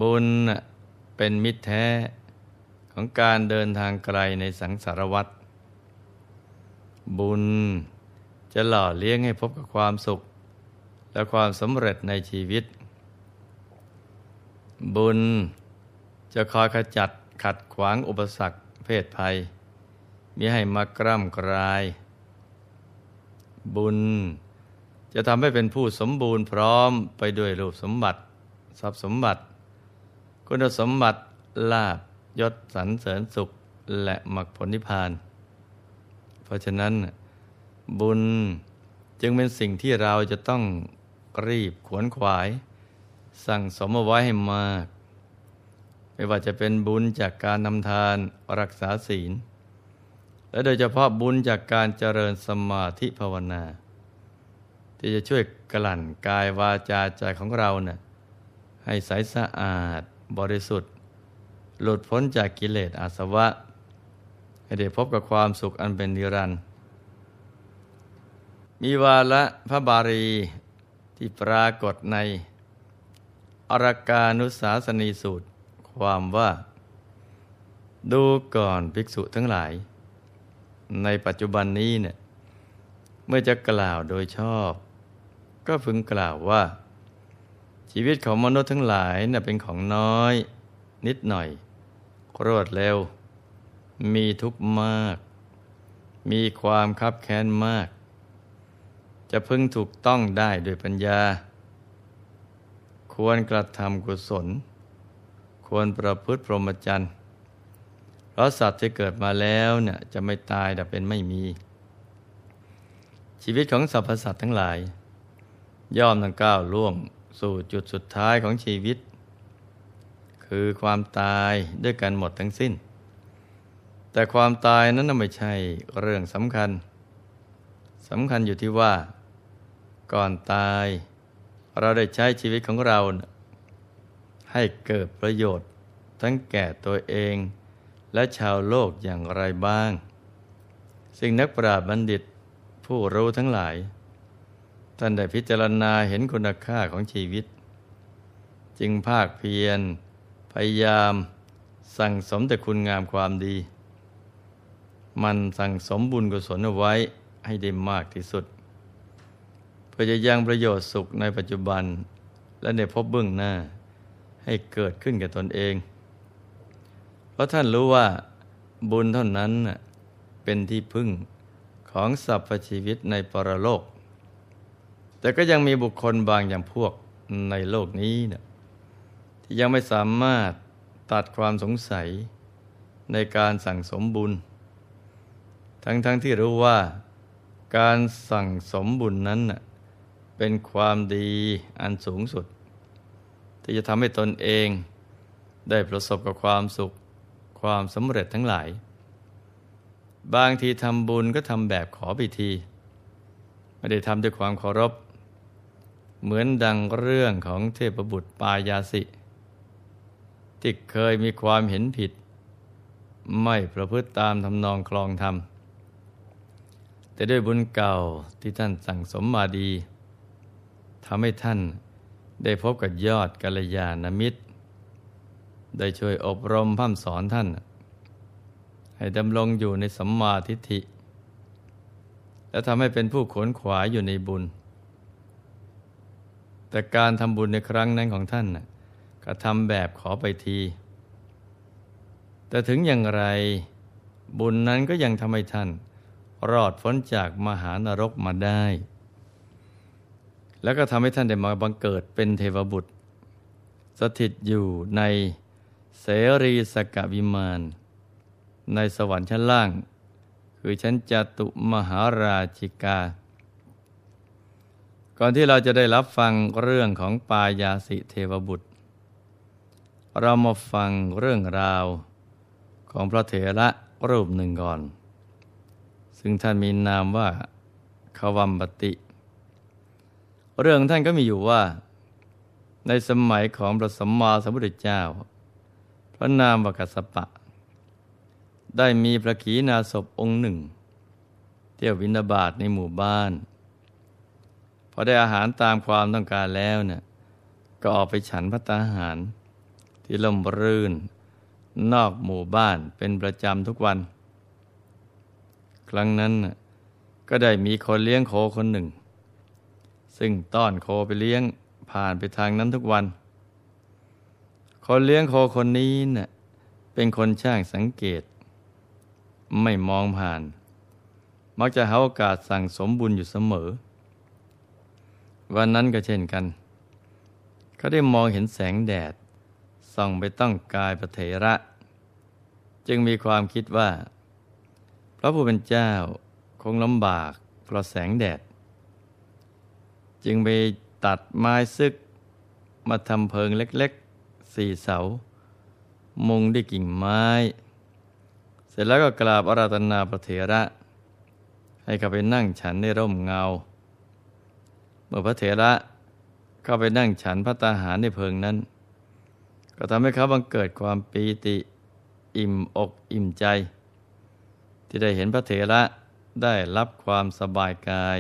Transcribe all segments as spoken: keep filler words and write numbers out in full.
บุญเป็นมิตรแท้ของการเดินทางไกลในสังสารวัฏบุญจะหล่อเลี้ยงให้พบกับความสุขและความสำเร็จในชีวิตบุญจะคอยขจัดขัดขวางอุปสรรคเพศภัยมิให้มากร่ำกรายบุญจะทำให้เป็นผู้สมบูรณ์พร้อมไปด้วยรูปสมบัติทรัพย์สมบัติคุณสมบัติลาภยศสรรเสริญสุขและมรรคผลนิพพานเพราะฉะนั้นบุญจึงเป็นสิ่งที่เราจะต้องรีบขวนขวายสั่งสมเอาไว้ให้มากไม่ว่าจะเป็นบุญจากการทำทานรักษาศีลและโดยเฉพาะบุญจากการเจริญสมาธิภาวนาที่จะช่วยกลั่นกายวาจาใจของเราเนี่ยให้ใสสะอาดบริสุทธิ์หลุดพ้นจากกิเลสอาสวะให้ได้พบกับความสุขอันเป็นนิรันดร์มีวาระพระบาลีที่ปรากฏในอรกานุสาสนีสูตรความว่าดูก่อนภิกษุทั้งหลายในปัจจุบันนี้เนี่ยเมื่อจะกล่าวโดยชอบก็พึงกล่าวว่าชีวิตของมนุษย์ทั้งหลายน่ะเป็นของน้อยนิดหน่อยรวดเร็วมีทุกข์มากมีความคับแค้นมากจะพึงถูกต้องได้ด้วยปัญญาควรกระทำกุศลควรประพฤติพรหมจรรย์เพราะสัตว์ที่เกิดมาแล้วเนี่ยจะไม่ตายแต่เป็นไม่มีชีวิตของสรรพสัตว์ทั้งหลายย่อมต้องก้าวล่วงสู่จุดสุดท้ายของชีวิตคือความตายด้วยกันหมดทั้งสิ้นแต่ความตายนั้นไม่ใช่เรื่องสำคัญสำคัญอยู่ที่ว่าก่อนตายเราได้ใช้ชีวิตของเราให้เกิดประโยชน์ทั้งแก่ตัวเองและชาวโลกอย่างไรบ้างสิ่งนักปราชญ์บัณฑิตผู้รู้ทั้งหลายท่านได้พิจารณาเห็นคุณค่าของชีวิตจึงภาคเพียรพยายามสั่งสมแต่คุณงามความดีมันสั่งสมบุญกุศลเอาไว้ให้ได้มากที่สุดเพื่อจะยังประโยชน์สุขในปัจจุบันและในภพเบื้องหน้าให้เกิดขึ้นแก่ตนเองเพราะท่านรู้ว่าบุญเท่านั้นเป็นที่พึ่งของสรรพชีวิตในปรโลกแต่ก็ยังมีบุคคลบางอย่างพวกในโลกนี้นะที่ยังไม่สามารถตัดความสงสัยในการสั่งสมบุญทั้งๆ ท, ที่รู้ว่าการสั่งสมบุญนั้นนะเป็นความดีอันสูงสุดที่จะทำให้ตนเองได้ประสบกับความสุขความสำเร็จทั้งหลายบางทีทำบุญก็ทำแบบขอพิธีไม่ได้ทำด้วยความเคารพเหมือนดังเรื่องของเทพบุตรปายาสิที่เคยมีความเห็นผิดไม่ประพฤติตามทำนองคลองธรรมแต่ด้วยบุญเก่าที่ท่านสั่งสมมาดีทำให้ท่านได้พบกับยอดกัลยาณมิตรได้ช่วยอบรมพร่ำสอนท่านให้ดำรงอยู่ในสัมมาทิฏฐิและทำให้เป็นผู้ขวนขวายอยู่ในบุญแต่การทำบุญในครั้งนั้นของท่านก็ทำแบบขอไปทีแต่ถึงอย่างไรบุญนั้นก็ยังทำให้ท่านรอดพ้นจากมหานรกมาได้แล้วก็ทำให้ท่านได้มาบังเกิดเป็นเทวบุตรสถิตอยู่ในเสรีสกวิมานในสวรรค์ชั้นล่างคือชั้นจตุมหาราชิกาก่อนที่เราจะได้รับฟังเรื่องของปายาสิเทวบุตรเรามาฟังเรื่องราวของพระเถระรูปหนึ่งก่อนซึ่งท่านมีนามว่าขวัมปติเรื่องท่านก็มีอยู่ว่าในสมัยของพระสัมมาสัมพุทธเจ้าพระนามว่ากัสสปะได้มีพระขีณาสพองค์หนึ่งเที่ยวบิณฑบาตในหมู่บ้านพอได้อาหารตามความต้องการแล้วเนี่ยก็ออกไปฉันภัตตาหารที่ล่มรื่นนอกหมู่บ้านเป็นประจำทุกวันครั้งนั้นก็ได้มีคนเลี้ยงโคคนหนึ่งซึ่งต้อนโคไปเลี้ยงผ่านไปทางนั้นทุกวันคนเลี้ยงโคคนนี้น่ะเป็นคนช่างสังเกตไม่มองผ่านมักจะหาโอกาสสั่งสมบุญอยู่เสมอวันนั้นก็เช่นกันเขาได้มองเห็นแสงแดดส่องไปต้องกายพระเถระจึงมีความคิดว่าพระผู้เป็นเจ้าคงลำบากเพราะแสงแดดจึงไปตัดไม้ซึกมาทำเพิงเล็กๆสี่เสามุงด้วยกิ่งไม้เสร็จแล้วก็กราบอาราธนาพระเถระให้เขาไปนั่งฉันในร่มเงาเมื่อพระเถระเข้าไปนั่งฉันภัตตาหารในเพิงนั้นก็ทำให้เขาบังเกิดความปีติอิ่มอกอิ่มใจที่ได้เห็นพระเถระได้รับความสบายกาย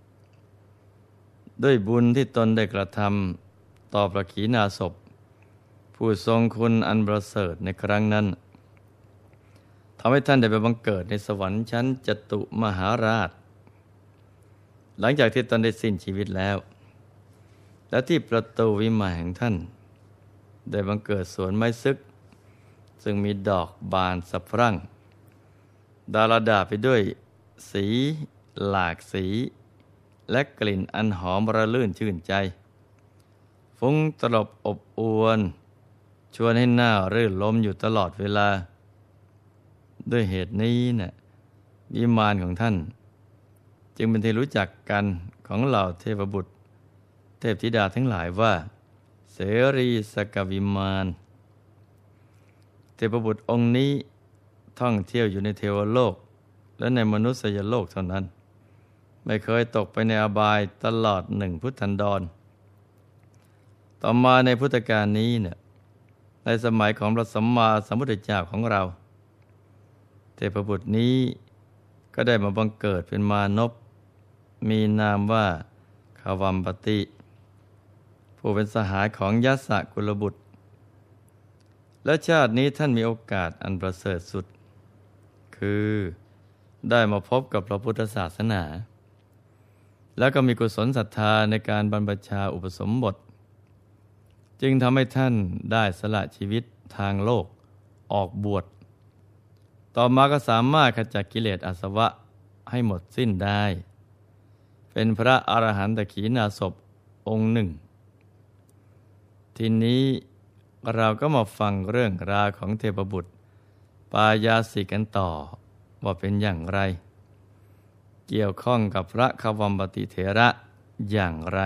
ด้วยบุญที่ตนได้กระทำต่อพระขีณาสพผู้ทรงคุณอันประเสริฐในครั้งนั้นทำให้ท่านได้ไปบังเกิดในสวรรค์ชั้นจตุมหาราชหลังจากที่ตนได้สิ้นชีวิตแล้วและที่ประตูวิมานแห่งท่านได้บังเกิดสวนไม้ซึกซึ่งมีดอกบานสะพรั่งดารดาไปด้วยสีหลากสีและกลิ่นอันหอมระลื่นชื่นใจฟุ้งตลบอบอวนชวนให้หน้ารื่นรมอยู่ตลอดเวลาด้วยเหตุนี้น่ะวิมานของท่านจึงเป็นที่รู้จักกันของเหล่าเทพบุตรเทพธิดาทั้งหลายว่าเสรีสกวิมานเทพบุตรองค์นี้ท่องเที่ยวอยู่ในเทวโลกและในมนุษยโลกเท่านั้นไม่เคยตกไปในอบายตลอดหนึ่งพุทธันดรต่อมาในพุทธกาลนี้เนี่ยในสมัยของพระสัมมาสัมพุทธเจ้าของเราเทพบุตรนี้ก็ได้มาบังเกิดเป็นมานพมีนามว่าขวัมปติผู้เป็นสหายของยศกุลบุตรและชาตินี้ท่านมีโอกาสอันประเสริฐสุดคือได้มาพบกับพระพุทธศาสนาแล้วก็มีกุศลศรัทธาในการบรรพชาอุปสมบทจึงทำให้ท่านได้สละชีวิตทางโลกออกบวชต่อมาก็สามารถขจัดกิเลสอาสวะให้หมดสิ้นได้เป็นพระอรหันตขีณาสพองค์หนึ่งทีนี้เราก็มาฟังเรื่องราวของเทพบุตรปายาสิกันต่อว่าเป็นอย่างไรเกี่ยวข้องกับพระขวัมปติเถระอย่างไร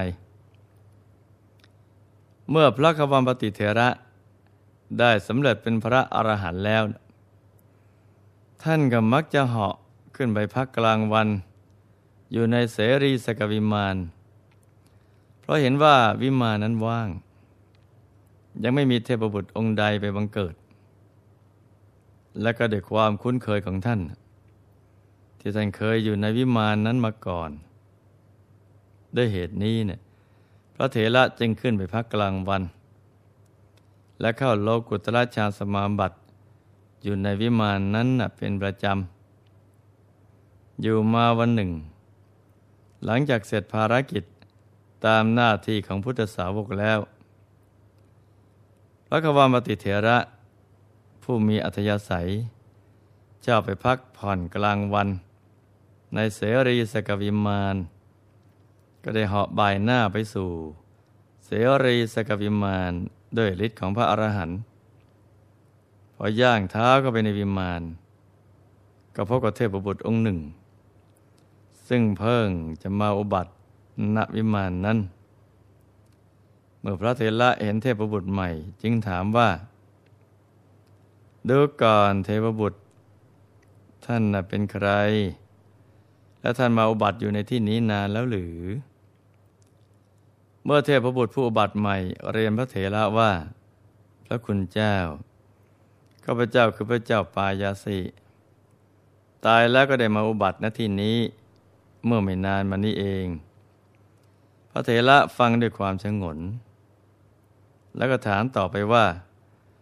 เมื่อพระขวัมปติเถระได้สำเร็จเป็นพระอรหันต์แล้วท่านก็มักจะเหาะขึ้นไปพักกลางวันอยู่ในเสรีสกวิมานเพราะเห็นว่าวิมานนั้นว่างยังไม่มีเทพบุตรองค์ใดไปบังเกิดและก็ด้วยความคุ้นเคยของท่านที่ท่านเคยอยู่ในวิมานนั้นมาก่อนด้วยเหตุนี้เนี่ยพระเถระจึงขึ้นไปพักกลางวันและเข้าโลกุตระฌานสมาบัติอยู่ในวิมานนั้นเป็นประจำอยู่มาวันหนึ่งหลังจากเสร็จภารกิจตามหน้าที่ของพุทธสาวกแล้วพระขวัมปติเถระผู้มีอัธยาศัยเจ้าไปพักผ่อนกลางวันในเสรีสกวิมานก็ได้เหาะบ่ายหน้าไปสู่เสรีสกวิมานด้วยฤทธิ์ของพระอรหันต์พอย่างเท้าเข้าไปในวิมานก็พบกับเทพบุตรองค์หนึ่งซึ่งเพิ่งจะมาอุบัติณวิมานนั้นเมื่อพระเถระเห็นเทพบุตรใหม่จึงถามว่าดูก่อนเทพบุตรท่านน่ะเป็นใครและท่านมาอุบัติอยู่ในที่นี้นานแล้วหรือเมื่อเทพบุตรผู้อุบัติใหม่เรียนพระเถระว่าพระคุณเจ้าข้าพเจ้าคือพระเจ้าปายาสิตายแล้วก็ได้มาอุบัติณที่นี้เมื่อไม่นานมานี้เองพระเถระฟังด้วยความชงนแล้วก็ถามต่อไปว่า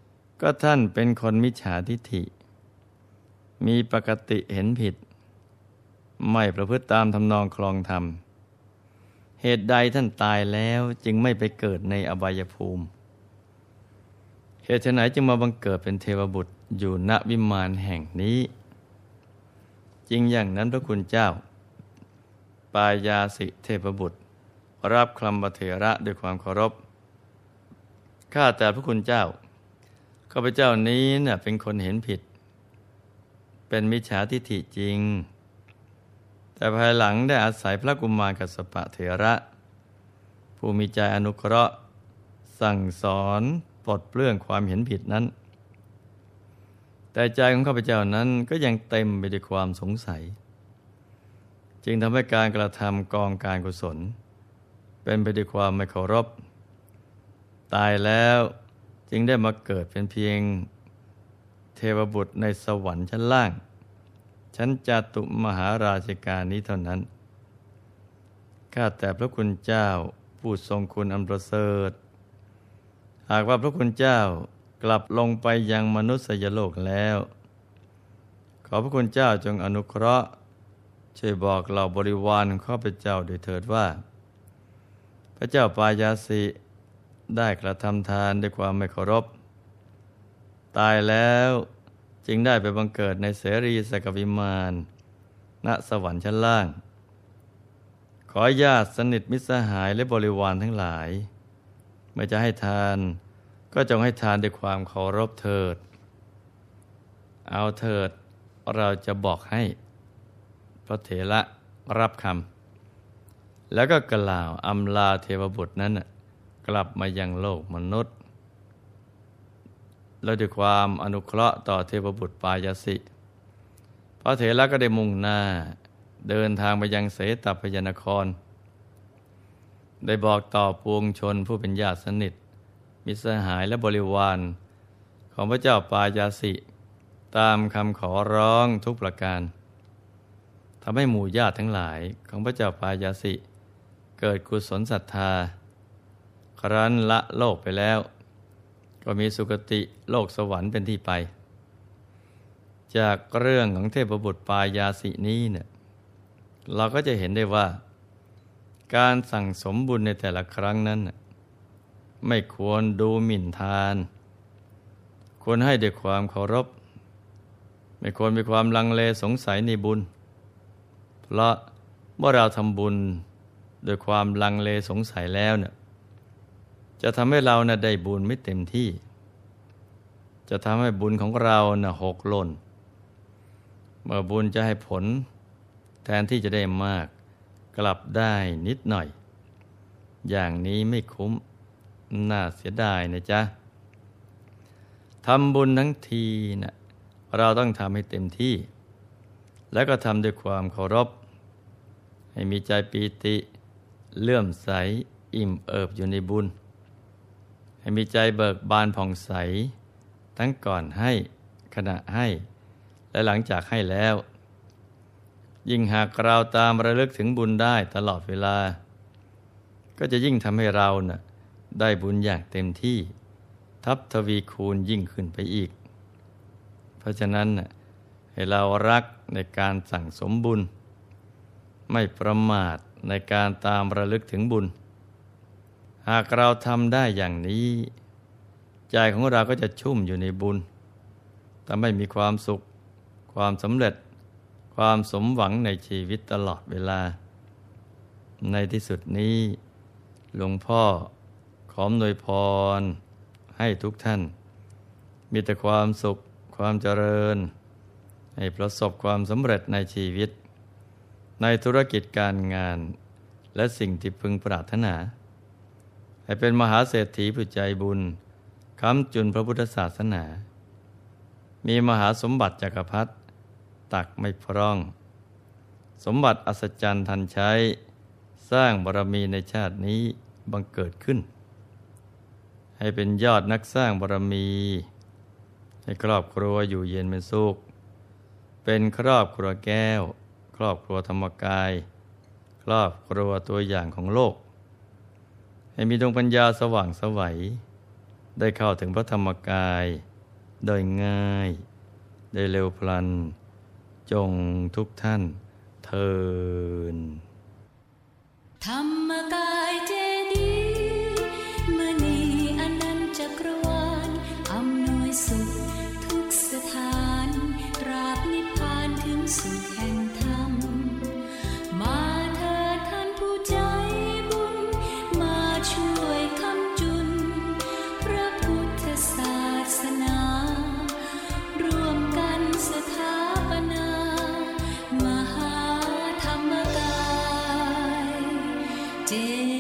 ก็ท่านเป็นคนมิจฉาทิฏฐิมีปกติเห็นผิดไม่ประพฤติตามทำนองคลองธรรมเหตุใดท่านตายแล้วจึงไม่ไปเกิดในอบายภูมิเหตุไหนจึงมาบังเกิดเป็นเทวบุตรอยู่ณวิมานแห่งนี้จริงอย่างนั้นพระคุณเจ้าปายาสิเทพบุตรรับคลัมบเถระด้วยความเคารพข้าแต่พระคุณเจ้าข้าพเจ้านี้น่ะเป็นคนเห็นผิดเป็นมิจฉาทิฏฐิจริงแต่ภายหลังได้อาศัยพระกุมารกัสสปะเถระผู้มีใจอนุเคราะห์สั่งสอนปลดเปลื้องความเห็นผิดนั้นแต่ใจของข้าพเจ้านั้นก็ยังเต็มไปด้วยความสงสัยจึงทำให้การกระทำกองการกุศลเป็นไปด้วยความไม่เคารพตายแล้วจึงได้มาเกิดเป็นเพียงเทวบุตรในสวรรค์ชั้นล่างชั้นจาตุมหาราชิกานี้เท่านั้นข้าแต่พระคุณเจ้าผู้ทรงคุณอันประเสริฐหากว่าพระคุณเจ้ากลับลงไปยังมนุษยโลกแล้วขอพระคุณเจ้าจงอนุเคราะห์ช่วยบอกเหล่าบริวารของข้าพเจ้าด้วยเถิดว่าพระเจ้าปายาสิได้กระทำทานด้วยความไม่เคารพตายแล้วจึงได้ไปบังเกิดในเสรีสกวิมานณสวรรค์ชั้นล่างขอญาติสนิทมิตรสหายและบริวารทั้งหลายเมื่อจะให้ทานก็จงให้ทานด้วยความเคารพเถิดเอาเถิดเราจะบอกให้พระเถระรับคำแล้วก็กล่าวอำลาเทวบุตรนั้นกลับมายังโลกมนุษย์และด้วยความอนุเคราะห์ต่อเทวบุตรปายาสิพระเถระก็ได้มุ่งหน้าเดินทางไปยังเสตพยนครได้บอกต่อปวงชนผู้เป็นญาติสนิทมิตรสหายและบริวารของพระเจ้าปายาสิตามคำขอร้องทุกประการทำให้หมู่ญาติทั้งหลายของพระเจ้าปายาสิเกิดกุศลศรัทธาครั้นละโลกไปแล้วก็มีสุคติโลกสวรรค์เป็นที่ไปจากเรื่องของเทพบุตรปายาสินี้เนี่ยเราก็จะเห็นได้ว่าการสั่งสมบุญในแต่ละครั้งนั้นไม่ควรดูหมิ่นทานควรให้ด้วยความเคารพไม่ควรมีความลังเลสงสัยในบุญเพราะเมื่อเราทำบุญโดยความลังเลสงสัยแล้วเนี่ยจะทำให้เรานะได้บุญไม่เต็มที่จะทำให้บุญของเรานะหกหล่นเมื่อบุญจะให้ผลแทนที่จะได้มากกลับได้นิดหน่อยอย่างนี้ไม่คุ้มน่าเสียดายนะจ๊ะทำบุญทั้งทีนะเราต้องทำให้เต็มที่แล้วก็ทำด้วยความเคารพให้มีใจปีติเลื่อมใสอิ่มเอิบอยู่ในบุญให้มีใจเบิกบานผ่องใสทั้งก่อนให้ขณะให้และหลังจากให้แล้วยิ่งหากเราตามระลึกถึงบุญได้ตลอดเวลาก็จะยิ่งทำให้เราน่ะได้บุญอย่างเต็มที่ทับทวีคูณยิ่งขึ้นไปอีกเพราะฉะนั้นน่ะให้เรารักในการสั่งสมบุญไม่ประมาทในการตามระลึกถึงบุญหากเราทำได้อย่างนี้ใจของเราก็จะชุ่มอยู่ในบุญแต่ไม่มีความสุขความสำเร็จความสมหวังในชีวิตตลอดเวลาในที่สุดนี้หลวงพ่อขออำนวยพรให้ทุกท่านมีแต่ความสุขความเจริญให้ประสบความสำเร็จในชีวิตในธุรกิจการงานและสิ่งที่พึงปรารถนาให้เป็นมหาเศรษฐีผู้ใจบุญค้ำจุนพระพุทธศาสนามีมหาสมบัติจักรพรรดิตักไม่พร่องสมบัติอัศจรรย์ทันใช้สร้างบารมีในชาตินี้บังเกิดขึ้นให้เป็นยอดนักสร้างบารมีให้ครอบครัวอยู่เย็นเป็นสุขเป็นครอบครัวแก้วครอบครัวธรรมกายครอบครัวตัวอย่างของโลกให้มีดวงปัญญาสว่างไสวได้เข้าถึงพระธรรมกายโดยง่ายโดยเร็วพลันจงทุกท่านเทินธรรมกายเจดีย์มณีอนันต์จักรวาลอำนวยสุขทุกสถานตราบนิพพานถึงสุขแห่งธรรมมาเถิดท่านผู้ใจบุญมาช่วยคำจุนพระพุทธศาสนารวมกันสถาปนามหาธรรมกายเจ